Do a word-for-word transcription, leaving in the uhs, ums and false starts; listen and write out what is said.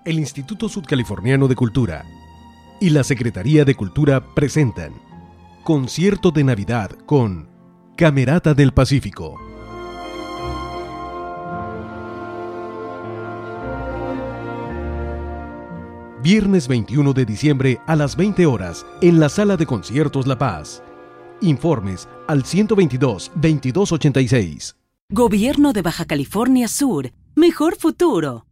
el Instituto Sudcaliforniano de Cultura y la Secretaría de Cultura presentan Concierto de Navidad con Camerata del Pacífico. Viernes veintiuno de diciembre a las veinte horas en la Sala de Conciertos La Paz. Informes al ciento veintidós, veintidós ochenta y seis. Gobierno de Baja California Sur. Mejor futuro.